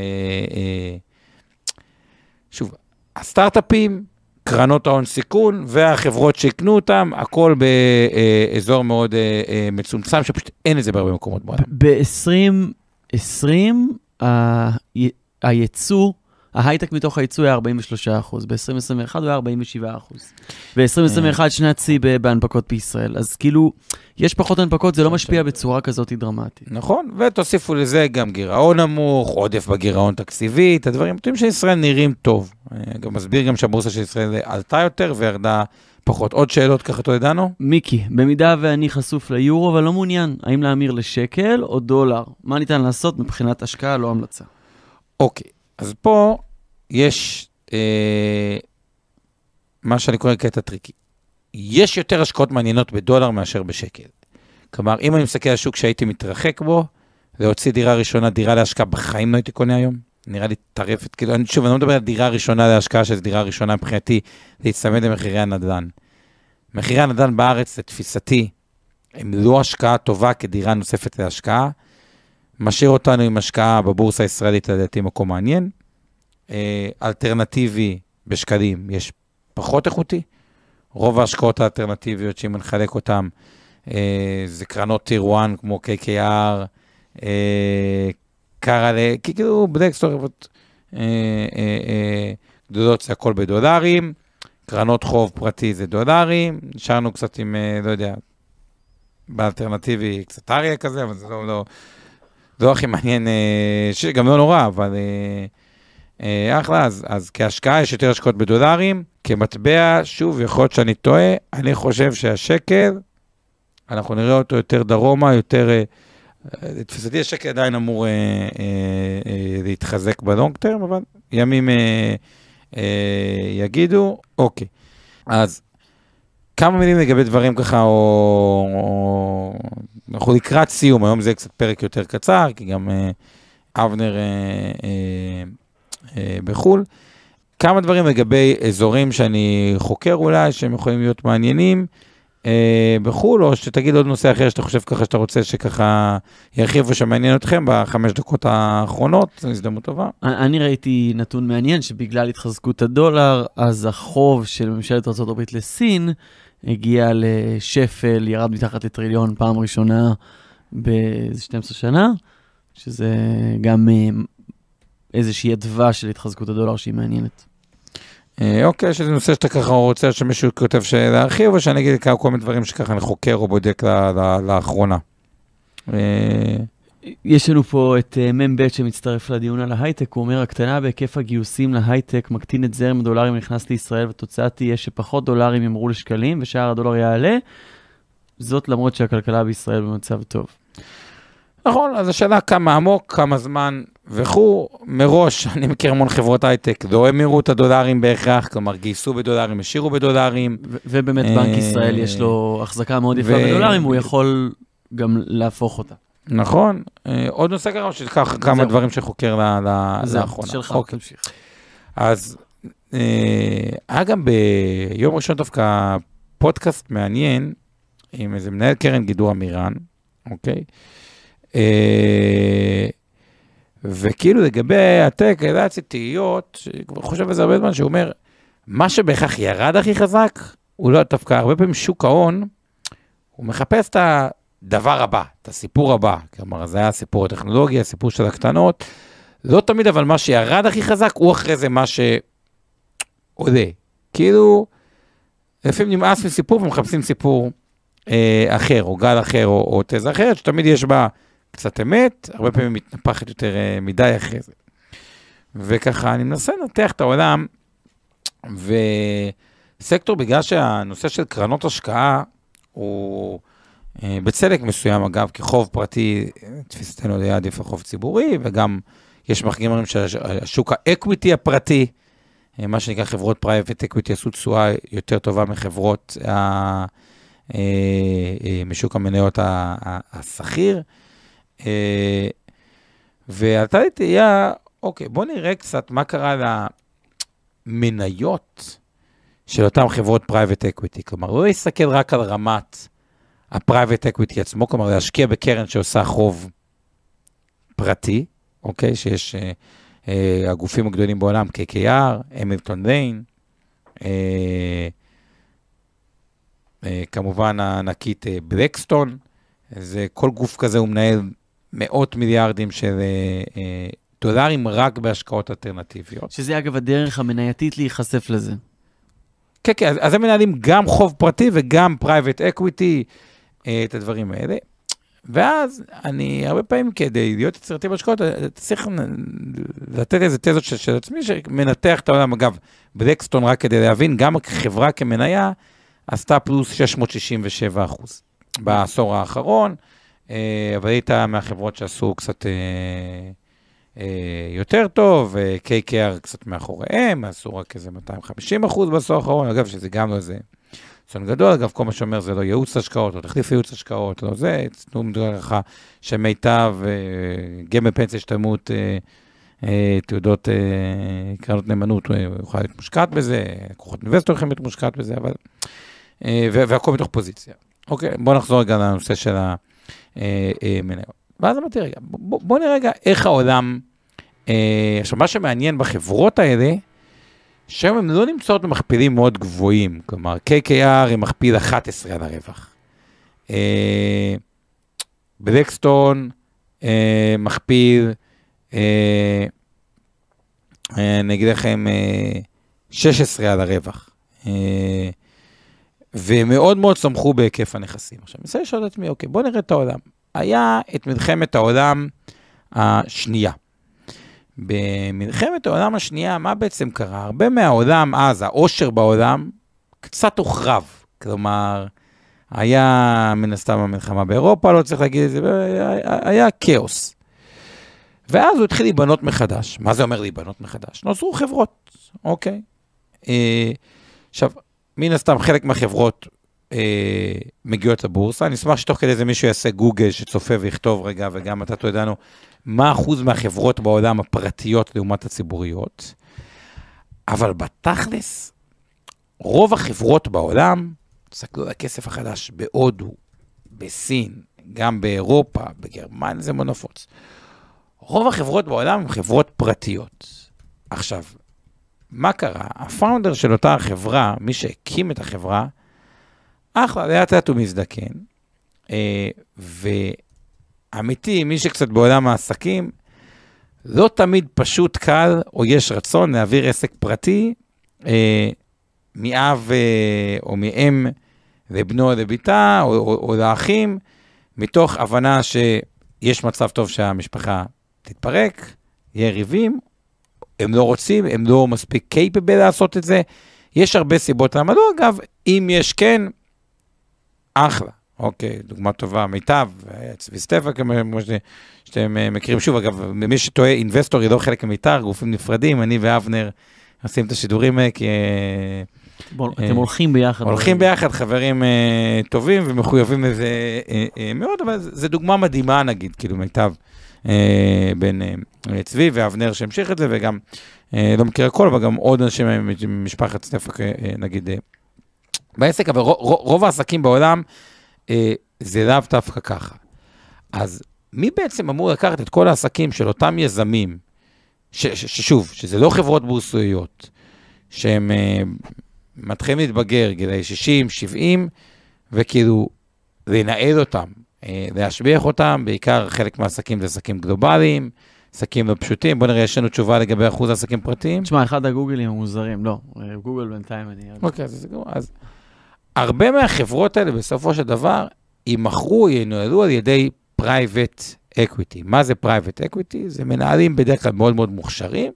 שוב, הסטארט-אפים, קרנות ההון סיכון, והחברות שיקנו אותם, הכל באזור מאוד מצומצם, שפשוט אין את זה בהרבה מקומות בעולם.
ב-עשרים עשרים, הייצוא, ההייטק מתוך הייצוא היה ארבעים ושלושה אחוז, ב-עשרים עשרים ואחת הוא היה ארבעים ושבעה אחוז. ב-עשרים עשרים ואחת שנת שיא בהנפקות בישראל. אז כאילו, יש פחות הנפקות, זה לא משפיע בצורה כזאת דרמטית.
נכון, ותוסיפו לזה גם גירעון נמוך, עודף בגירעון תקציבית, הדברים טובים שישראל נראים טוב. גם מסביר גם שהבורסה של ישראל עלתה יותר וירדה פחות. עוד שאלות ככה תודה דנו?
מיקי, במידה ואני חשוף ליורו, אבל לא מעוניין, האם להמיר לשקל או דולר? מה ניתן לעשות מבחינת השקעה, לא המלצה?
אוקיי. אז פה יש אה, מה שאני קורא קטע טריקי. יש יותר השקעות מעניינות בדולר מאשר בשקל. כלומר, אם אני מסתכל על השוק שהייתי מתרחק בו, להוציא דירה ראשונה, דירה להשקעה בחיים לא הייתי קונה היום. נראה לי טרפת, כאילו, אני, שוב, אני לא מדבר על דירה ראשונה להשקעה, שזו דירה ראשונה מבחינתי, להצטמד למחירי הנדל"ן. מחירי הנדל"ן בארץ, לתפיסתי, הם לא השקעה טובה כדירה נוספת להשקעה, משאיר אותנו עם השקעה בבורסה הישראלית, לדעתי מקום מעניין. אלטרנטיבי בשקלים יש פחות איכותי. רוב ההשקעות האלטרנטיביות, שאם נחלק אותם, זה קרנות טיר אחת כמו קיי קיי אר, קארלה, כאילו בדקסטור, גדולות זה הכל בדולרים, קרנות חוב פרטי זה דולרים, נשארנו קצת עם, לא יודע, באלטרנטיבי קצת אריה כזה, אבל זה לא... לא זה לא הכי מעניין, גם לא נורא, אבל אחלה, אז, אז כהשקעה יש יותר השקעות בדולרים, כמטבע, שוב, יכול להיות שאני טועה, אני חושב שהשקל, אנחנו נראה אותו יותר דרומה, יותר, תפיסתי השקל עדיין אמור אה, אה, אה, להתחזק בלונג טרם, אבל ימים אה, אה, יגידו, אוקיי, אז כמה מילים לגבי דברים ככה, או, או אנחנו לקראת סיום, היום זה קצת פרק יותר קצר, כי גם אה, אבנר אה, אה, אה, בחול. כמה דברים לגבי אזורים שאני חוקר אולי, שהם יכולים להיות מעניינים אה, בחול, או שתגיד עוד נושא אחר שאתה חושב ככה שאתה רוצה שככה ירחיבו שמעניין אתכם בחמש דקות האחרונות, זו הזדמנות טובה.
אני ראיתי נתון מעניין שבגלל התחזקות הדולר, אז החוב של ממשלת ארצות הברית לסין, הגיע לשפל, ירד מתחת לטריליון פעם ראשונה ב-שתים עשרה שנה, שזה גם איזושהי אדווה של התחזקות הדולר שהיא מעניינת.
אוקיי, שזה נושא שאתה ככה רוצה שמישהו כותב להרחיב, או שאני אגיד כל מיני דברים שככה אני חוקר או בודק לאחרונה.
יש לנו פה את uh, ממבט שמצטרף לדיון על ההייטק, הוא אומר, הקטנה בהיקף הגיוסים להייטק מקטין את זרם הדולרים נכנס לישראל, ותוצאה תהיה שפחות דולרים ימרו לשקלים, ושאר הדולר יעלה, זאת למרות שהכלכלה בישראל במצב טוב.
נכון, אז השאלה כמה עמוק, כמה זמן וכו', מראש, אני מכיר המון חברות הייטק, לא המירו את הדולרים בהכרח, כלומר גייסו בדולרים, השאירו בדולרים.
ו- ובאמת בנק ישראל יש לו החזקה מאוד יפה בדולרים, הוא יכול גם להפוך אותה.
נכון, עוד נושא קרוב שכך כמה דברים שחוקר לאחרונה.
זה שלך, תמשיך.
אז היה גם ביום ראשון דווקא פודקאסט מעניין, עם איזה מנהל קרן גידור אמירן, אוקיי? וכאילו לגבי הטק, היה אצלי תהיות, שכבר חושב על זה הרבה זמן, שהוא אומר, מה שבהכרח ירד הכי חזק, הוא לא דווקא, הרבה פעמים שוק ההון, הוא מחפש את הדבר הבא, את הסיפור הבא, כלומר, זה היה הסיפור הטכנולוגי, הסיפור של הקטנות, לא תמיד, אבל מה שירד הכי חזק, הוא אחרי זה מה שעולה. כאילו, לפעמים נמאס מסיפור, ומחפשים סיפור אה, אחר, או גל אחר, או, או תזה אחרת, שתמיד יש בה קצת אמת, הרבה פעמים מתנפחת יותר אה, מדי אחרי זה. וככה, אני מנסה לנתח את העולם, וסקטור, בגלל שהנושא של קרנות השקעה, הוא אה, בצדק מסוים, אגב, כחוב פרטי, תפיסתנו ליד עדיף החוב ציבורי, וגם יש מחקרים אומרים שהשוק האקוויטי הפרטי, מה שנקרא חברות פרייבט אקוויטי, עשו תשואה יותר טובה מחברות ה... משוק המניות הסחיר. ועלתה לי תהיה, אוקיי, בוא נראה קצת מה קרה למניות של אותם חברות פרייבט אקוויטי. כלומר, לא להסתכל רק על רמת הפרייבט אקוויטי עצמו, כלומר, להשקיע בקרן שעושה חוב פרטי, אוקיי, שיש uh, uh, הגופים הגדולים בעולם, קיי קיי אר, המילטון ליין, uh, uh, כמובן הענקית uh, בלקסטון, זה כל גוף כזה הוא מנהל מאות מיליארדים של uh, uh, דולרים רק בהשקעות אלטרנטיביות.
שזה אגב הדרך המנייתית להיחשף לזה.
כן, כן, אז, אז הם מנהלים גם חוב פרטי וגם פרייבט אקוויטי, uh, את הדברים האלה. ואז אני הרבה פעמים כדי להיות יצירתי בהשקעות, צריך לתת איזה תזות של, של עצמי, שמנתח את העולם, אגב, בלקסטון רק כדי להבין, גם החברה כמניה, עשתה פלוס שש מאות שישים ושבע אחוז בעשור האחרון, אבל הייתה מהחברות שעשו קצת יותר טוב, קיי קיי אר קצת מאחוריהם, עשו רק איזה מאתיים וחמישים אחוז בעשור האחרון, אגב, שזה גם לא איזה סון גדול, אגב, כל מה שאומר זה לא ייעוץ השקעות, או תחליף ייעוץ השקעות, לא זה, תנו מדרך שמיטב, גמל פנסיה השתלמות, תעודות קרנות נאמנות, הוא יכול להיות מושקעת בזה, כוחות אינבסטור יכולים להיות מושקעת בזה, אבל, והכל מתוך פוזיציה. אוקיי, בואו נחזור רגע לנושא של המניות. ואז אמרתי רגע, בואו נראה רגע איך העולם, עכשיו, מה שמעניין בחברות האלה, שהיום הם לא נמצאות במכפילים מאוד גבוהים, כלומר, קיי קיי אר היא מכפיל אחת עשרה על הרווח. בלקסטון מכפיל, נגיד לכם, שש עשרה על הרווח. ומאוד מאוד סמכו בהיקף הנכסים. עכשיו, אני רוצה לשאול את עצמי, אוקיי, בואו נראה את העולם. היה את מלחמת העולם השנייה. במלחמת העולם השנייה, מה בעצם קרה? הרבה מהעולם אז, העושר בעולם, קצת הוחרב. כלומר, היה מן הסתם המלחמה באירופה, לא צריך להגיד את זה, היה כאוס. ואז הוא התחיל להיבנות מחדש. מה זה אומר להיבנות מחדש? נוצרו חברות, אוקיי? עכשיו, מן הסתם חלק מהחברות מגיעות לבורסה. אני אשמח שתוך כדי זה מישהו יעשה גוגל שצופה ויכתוב רגע, וגם אתה תודענו, מה אחוז מהחברות בעולם הפרטיות לעומת הציבוריות. אבל בתכלס, רוב החברות בעולם, תסתכלו על הכסף החדש בהודו, בסין, גם באירופה, בגרמניה, זה מונופוץ. רוב החברות בעולם הן חברות פרטיות. עכשיו, מה קרה? הפאונדר של אותה החברה, מי שהקים את החברה, אחלה, לאט לאט הוא מזדקן, ואמיתי, מי שקצת בעולם העסקים, לא תמיד פשוט קל, או יש רצון להעביר עסק פרטי, מאב או מאם לבנו או לביתה, או, או, או לאחים, מתוך הבנה יש מצב טוב שהמשפחה תתפרק, יהיה ריבים, הם לא רוצים, הם לא מספיק קייפבל לעשות את זה, יש הרבה סיבות למה לא, אגב, אם יש כן, אחלה, אוקיי, דוגמה טובה, מיטב, צבי סטפה, כמו שאתם מכירים שוב, אגב, מי שטועה, אינבסטור היא לא חלק ממיתר, גופים נפרדים, אני ואבנר עושים את השידורים, כי...
אתם הולכים ביחד.
הולכים ביחד, חברים טובים ומחויבים לזה מאוד, אבל זו דוגמה מדהימה, נגיד, כאילו מיטב, בין צבי ואבנר שהמשיך את זה, וגם, לא מכיר הכל, אבל גם עוד אנשים ממשפחת סטפה, נגיד, בעסק, אבל רוב העסקים בעולם, זה לאו דווקא ככה. אז מי בעצם אמור לקחת את כל העסקים של אותם יזמים, ששוב, שזה לא חברות בורסאיות, שהם מתחילים להתבגר, גילי שישים, שבעים, וכאילו לנהל אותם, להשביח אותם, בעיקר חלק מהעסקים זה עסקים גלובליים, עסקים לא פשוטים. בוא נראה, יש לנו תשובה לגבי אחוז עסקים פרטיים.
תשמע, אחד הגוגלים המוזרים, לא, גוגל בינתיים אני...
אוקיי, אז זה גרוע. אז הרבה מהחברות האלה בסופו של דבר, יימכרו, ינוהלו על ידי private equity. מה זה private equity? זה מנהלים בדרך כלל מאוד מאוד מוכשרים,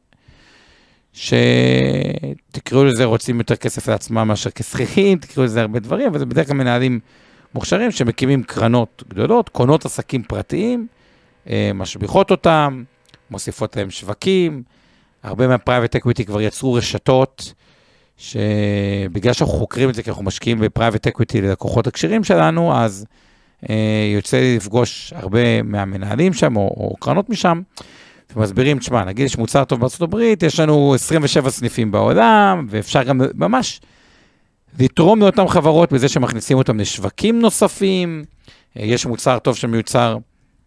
שתקראו לזה רוצים יותר כסף לעצמם מאשר כסחירים, תקראו לזה הרבה דברים, אבל זה בדרך כלל מנהלים מוכשרים שמקימים קרנות גדולות, קונות עסקים פרטיים, משביחות אותם, מוסיפות להם שווקים, הרבה מה-private equity כבר יצרו רשתות, שבגלל שאנחנו חוקרים את זה, כי אנחנו משקיעים ב-private equity ללקוחות הקשירים שלנו, אז יוצא לי לפגוש הרבה מהמנהלים שם, או, או קרנות משם, ומסבירים, תשמע, נגיד יש מוצר טוב בארצות הברית, יש לנו עשרים ושבע סניפים בעולם, ואפשר גם ממש לתרום לאותן חברות בזה שמכניסים אותם לשווקים נוספים, יש מוצר טוב שמיוצר,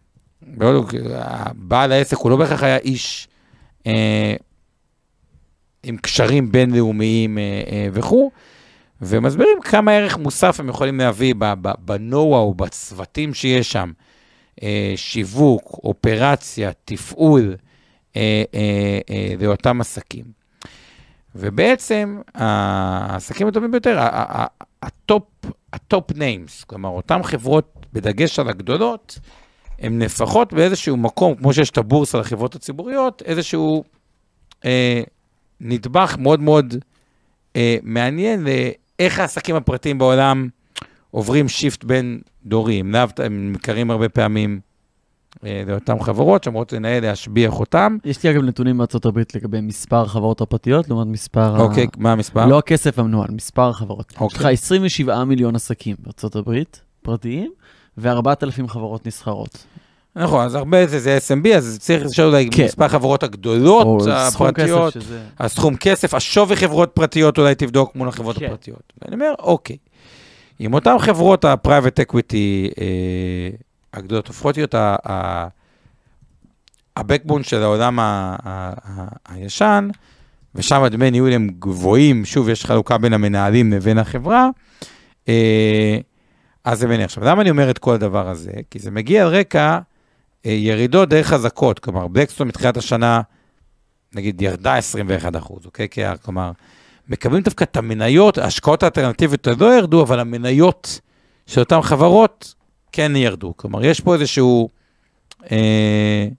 בעל העסק הוא לא בהכרח היה איש אה, עם קשרים בינלאומיים אה, אה, וכו', ומסבירים כמה ערך מוסף הם יכולים להביא בנועה או בצוותים שיש שם, אה, שיווק, אופרציה, תפעול, אה, אה, אה, לאותם עסקים. ובעצם העסקים הטובים ביותר, הטופ, הטופ ניימס, כלומר אותם חברות בדגש על הגדולות, הם לפחות באיזשהו מקום, כמו שיש את הבורסה לחברות הציבוריות, איזשהו אה, נדבך מאוד מאוד אה, מעניין לאיך העסקים הפרטיים בעולם עוברים שיפט בין דורים. הם מכירים הרבה פעמים אה, לאותן חברות, שאמורות לנהל, להשביח אותם.
יש לי אגב נתונים בארצות הברית לגבי מספר החברות הפרטיות, לעומת מספר...
אוקיי, ה... מה המספר?
לא הכסף המנוהל, מספר החברות.
אוקיי.
יש לך עשרים ושבעה מיליון עסקים בארצות הברית, פרטיים, ו-ארבעת אלפים חברות נסחרות.
נכון, אז הרבה זה, זה אס אם בי, אז צריך לשאול אולי כן. מספר החברות הגדולות, הפרטיות, שזה... הסכום כסף, השווי חברות פרטיות, אולי תבדוק מול החברות כן. הפרטיות. ואני אומר, אוקיי, עם אותן חברות ה-private equity אה, הגדולות, הופכות להיות ה-backbone של העולם ה- ה- ה- הישן, ושם הדמי ניהול הם גבוהים, שוב, יש חלוקה בין המנהלים לבין החברה, אה, אז זה מניח. עכשיו, למה אני אומר את כל הדבר הזה? כי זה מגיע על רקע ירידות די חזקות, כלומר, בלקסטון מתחילת השנה, נגיד, ירדה עשרים ואחד אחוז, אוקיי? כלומר, מקבלים דווקא את המניות, ההשקעות האלטרנטיביות לא ירדו, אבל המניות של אותן חברות כן ירדו. כלומר, יש פה איזשהו אה,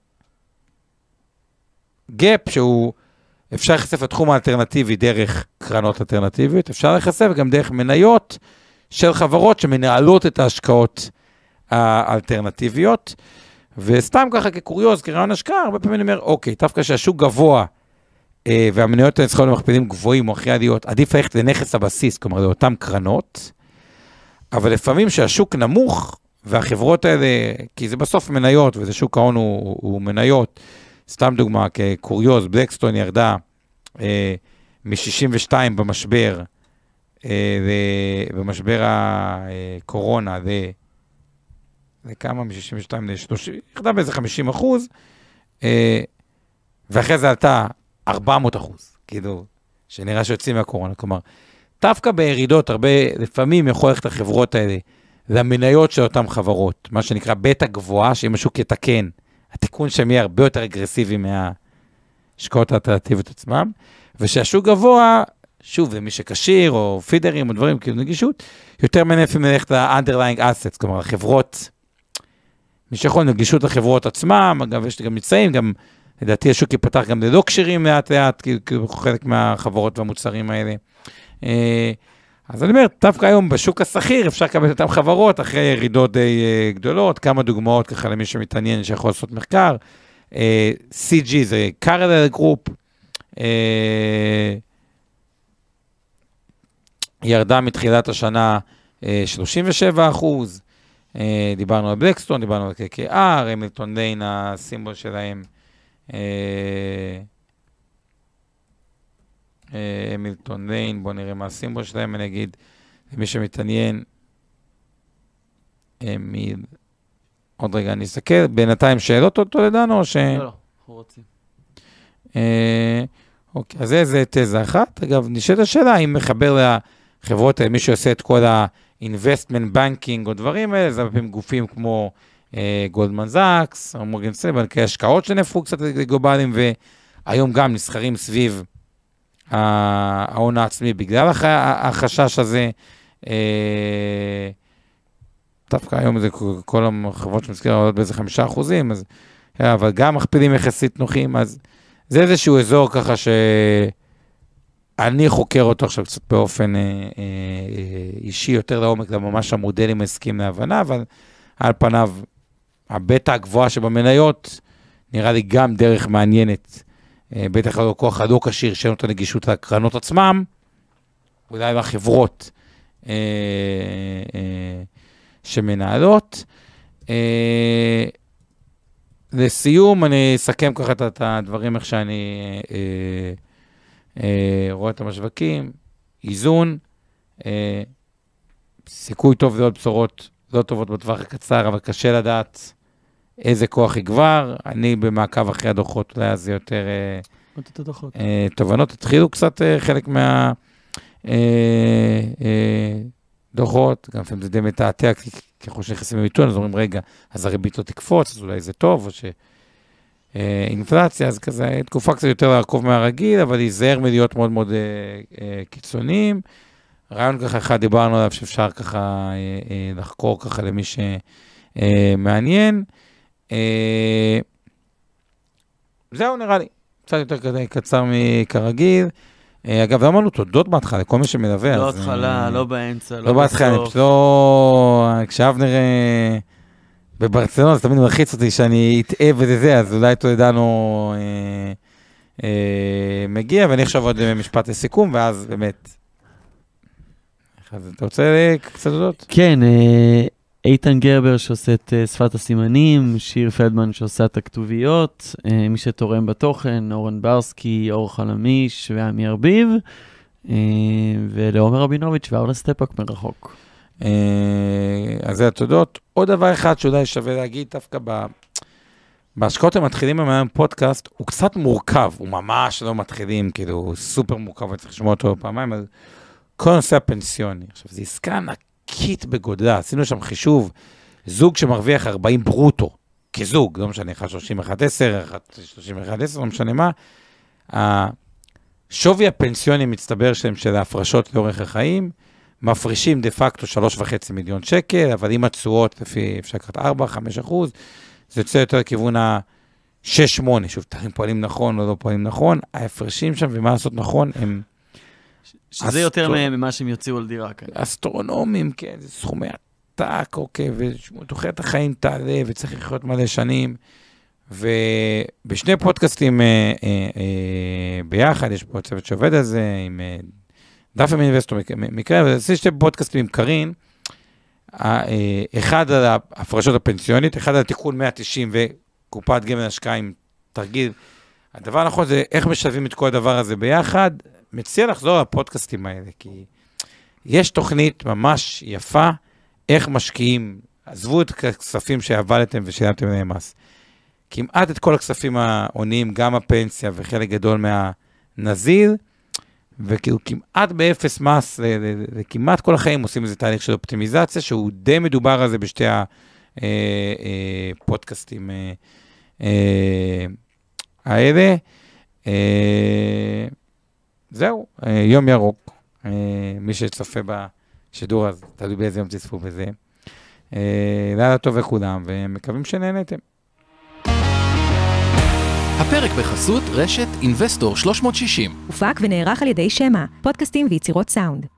גאפ שהוא, אפשר לחשף לתחום האלטרנטיבי דרך קרנות אלטרנטיביות, אפשר לחשף גם דרך מניות של חברות שמנהלות את ההשקעות האלטרנטיביות, וסתם ככה כקוריוז, כרעיון השקעה, הרבה פעמים אני אומר, אוקיי, דווקא שהשוק גבוה, אה, והמניות האלה צריכות למכפילים גבוהים, או אחרי עליות, עדיף ללכת לנכס הבסיס, כלומר, לאותן קרנות, אבל לפעמים שהשוק נמוך, והחברות האלה, כי זה בסוף מניות, וזה שוק ההון הוא, הוא מניות, סתם דוגמה, כקוריוז, בלקסטון ירדה אה, מ-שישים ושתיים במשבר, אה, במשבר הקורונה, זה... זה כמה מ-שישים ושתיים ל-שלושים, יחדה באיזה חמישים אחוז, אה, ואחרי זה עלתה ארבע מאות אחוז, כאילו, שנראה שיוצאים מהקורונה. כלומר, דווקא בירידות, הרבה, לפעמים יכול ללכת לחברות האלה, למניות של אותן חברות, מה שנקרא בטא גבוהה, שאם השוק יתקן, התיקון שם יהיה הרבה יותר אגרסיבי מהשקעות האלטרנטיביות עצמם, ושהשוק גבוה, שוב, זה מי שקשיר, או פידרים, או דברים כאילו נגישות, יותר מנפים ללכת ל-underlying assets, כלומר, החברות, מי שיכול נגישות לחברות עצמם, אגב, יש לי גם מצאים, גם, לדעתי השוק ייפתח גם ללא קשירים לאט לאט, כאילו חלק מהחברות והמוצרים האלה. אז אני אומר, דווקא היום בשוק השכיר אפשר לקבל את אותם חברות, אחרי ירידות די גדולות, כמה דוגמאות ככה למי שמתעניין שיכול לעשות מחקר. סי ג'י זה Carlyle Group, ירדה מתחילת השנה שלושים ושבעה אחוז, דיברנו על בלקסטון, דיברנו על קיי קיי אר, המילטון ליין, הסימבול שלהם, המילטון ליין, בואו נראה מה הסימבול שלהם, אני אגיד, למי שמתעניין, מיל... עוד רגע אני אסתכל, בינתיים שאלות אותו לדענו, או ש...
לא, לא, אנחנו רוצים.
אוקיי, אז זה תזה אחת. אגב, נשאלת השאלה, אם מחבר לחברות, מי שעושה את כל ה-investment banking או דברים האלה, זה בפעמים גופים כמו גולדמן זאקס, או מורגן סטנלי, בנקי השקעות שנפו קצת גלובליים, והיום גם נסחרים סביב ההון העצמי, בגלל החשש הזה, דווקא היום זה כל החברות שמזכירה עולות באיזה חמישה אחוזים, אז, אבל גם מכפילים יחסית נוחים, אז זה איזשהו אזור ככה שאני חוקר אותו עכשיו קצת באופן אה, אה, אישי יותר לעומק, לממש המודלים עסקים להבנה, אבל על פניו, הבטא הגבוהה שבמניות, נראה לי גם דרך מעניינת, אה, בטח לא כוח הדוק עשיר, שאין אותה נגישות לקרנות עצמם, אולי לחברות אה, אה, שמנהלות. אה, לסיום, אני אסכם ככה את הדברים איך שאני אה, אה, רואה את המשווקים, איזון, אה, סיכוי טוב זה עוד בשורות לא טובות בטווח הקצר, אבל קשה לדעת איזה כוח יגבר. אני במעקב אחרי הדוחות, אולי אז זה יותר אה, אה, תובנות. התחילו קצת אה, חלק מה אה, אה, דוחות, גם לפעמים זה די מתעתע, ככל שנכנסים במיתון, אז אומרים, רגע, אז הריבית לא תקפוץ, אז אולי זה טוב, או שאינפלציה, אז כזה, תקופה קצת יותר לעקוב מהרגיל, אבל להיזהר מלהיות מאוד מאוד אה, אה, קיצוניים. רעיון ככה אחד דיברנו עליו, שאפשר ככה אה, אה, לחקור ככה למי שמעניין. אה, אה, זהו נראה לי, קצת יותר כזה, קצר מכרגיל. אגב, אמרנו תודות בהתחלה, לכל מי שמלווה.
לא התחלה, לא באמצע,
לא בהתחלה, אני פשוט לא... כשאבנר בברצלונה, זה תמיד מלחיץ אותי שאני אתאב וזה זה, אז אולי תודענו מגיע, ואני עכשיו עוד משפט לסיכום, ואז באמת... אתה רוצה קצת תודות?
כן, איתן גרבר שעושה את שפת הסימנים, שיר פלדמן שעושה את הכתוביות, מי שתורם בתוכן, אורן ברסקי, אור חלמיש ועמי ארביב, ולעומר רבינוביץ' ואורלה סטפאק מרחוק.
אז זה התודות. עוד דבר אחד שאולי שווה להגיד, דווקא בהשקעות המתחילים עם פודקאסט, הוא קצת מורכב, הוא ממש לא מתחילים, כאילו הוא סופר מורכב, אני צריך לשמוע אותו פעמיים, אבל כל נושא הפנסיוני. עכשיו, זה עסקה ענקית, קיט בגודלה, עשינו שם חישוב, זוג שמרוויח ארבעים ברוטו, כזוג, לא משנה, אחד שלושים ואחת עשר, אחד שלושים ואחת עשר, לא משנה מה, השווי הפנסיוני מצטבר שלהם של ההפרשות לאורך החיים, מפרישים דה פקטו שלוש וחצי מיליון שקל, אבל עם התשואות, לפי אפשר לקחת ארבע חמש אחוז, זה יוצא יותר לכיוון ה-שש שמונה, שוב, תרים פועלים נכון או לא פועלים נכון, ההפרשים שם ומה לעשות נכון, הם...
שזה יותר ממה שהם יוציאו על דירה כאן.
אסטרונומים, כן, זה סכומי עתק, אוקיי, ותוחלת החיים תעלה, וצריך לחיות מלא שנים, ובשני פודקאסטים אה, אה, אה, ביחד, יש פה צוות שעובד על זה, עם אה, דף אינבסטור מקרה, וזה שתי פודקאסטים עם קרין, אה, אחד על ההפרשות הפנסיונית, אחד על תיקון מאה תשעים וקופת גמל השקעה עם תרגיל. הדבר הנכון זה איך משלבים את כל הדבר הזה ביחד, מציע לחזור לפודקאסטים האלה, כי יש תוכנית ממש יפה, איך משקיעים, עזבו את הכספים שעבדתם ושילמתם להם מס. כמעט את כל הכספים העוניים, גם הפנסיה וחלק גדול מהנזיל, וכאילו כמעט באפס מס, לכמעט כל החיים עושים איזה תהליך של אופטימיזציה, שהוא די מדובר על זה בשתי הפודקאסטים האלה. זהו, יום ירוק, מי שצופה בשידור אז תלוי באיזה יום תצפו בזה. לילה טוב לכולם, ומקווים שנהנתם.
הפרק בחסות רשת אינבסטור שלוש מאות שישים.
הופק ונערך על ידי שמה, פודקאסטים ויצירות סאונד.